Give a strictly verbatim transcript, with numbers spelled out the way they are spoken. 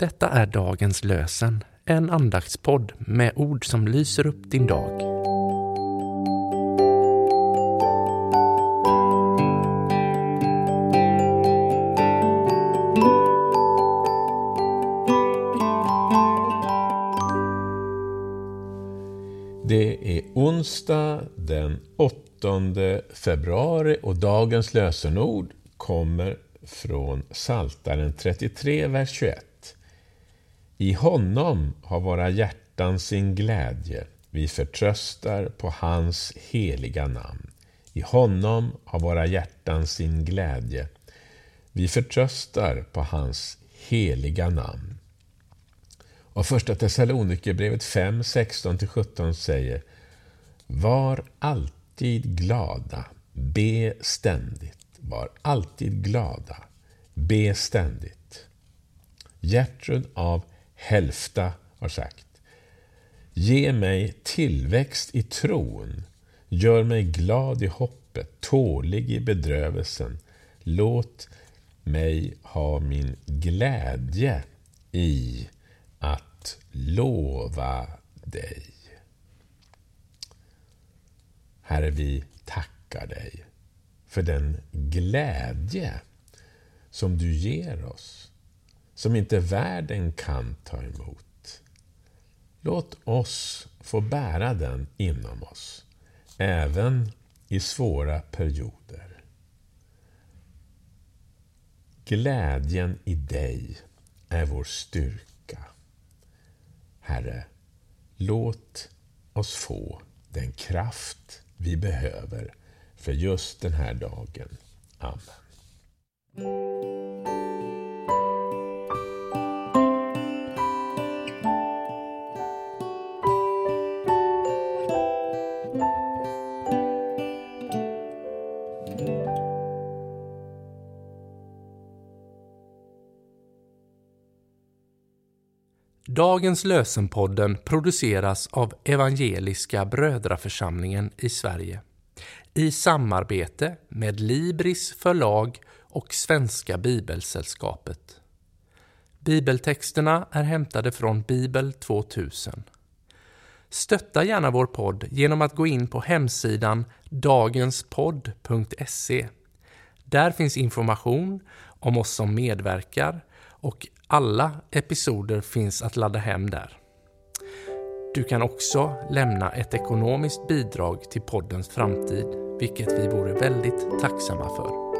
Detta är dagens lösen, en andaktspodd med ord som lyser upp din dag. Det är onsdag den åttonde februari och dagens lösenord kommer från Psaltaren trettiotre, vers tjugoett. I honom har våra hjärtan sin glädje. Vi förtröstar på hans heliga namn. I honom har våra hjärtan sin glädje. Vi förtröstar på hans heliga namn. Och första Thessalonikerbrevet fem, sexton till sjutton säger: Var alltid glada, be ständigt. Var alltid glada, be ständigt. Gertrud av Hälfta har sagt: Ge mig tillväxt i tron, gör mig glad i hoppet, tålig i bedrövelsen. Låt mig ha min glädje i att lova dig. Herre, vi tackar dig för den glädje som du ger oss, som inte världen kan ta emot. Låt oss få bära den inom oss, även i svåra perioder. Glädjen i dig är vår styrka. Herre, låt oss få den kraft vi behöver för just den här dagen. Amen. Dagens lösenpodden produceras av Evangeliska Brödraförsamlingen i Sverige i samarbete med Libris förlag och Svenska Bibelsällskapet. Bibeltexterna är hämtade från Bibel tvåtusen. Stötta gärna vår podd genom att gå in på hemsidan dagenspodd punkt se. Där finns information om oss som medverkar och alla episoder finns att ladda hem där. Du kan också lämna ett ekonomiskt bidrag till poddens framtid, vilket vi vore väldigt tacksamma för.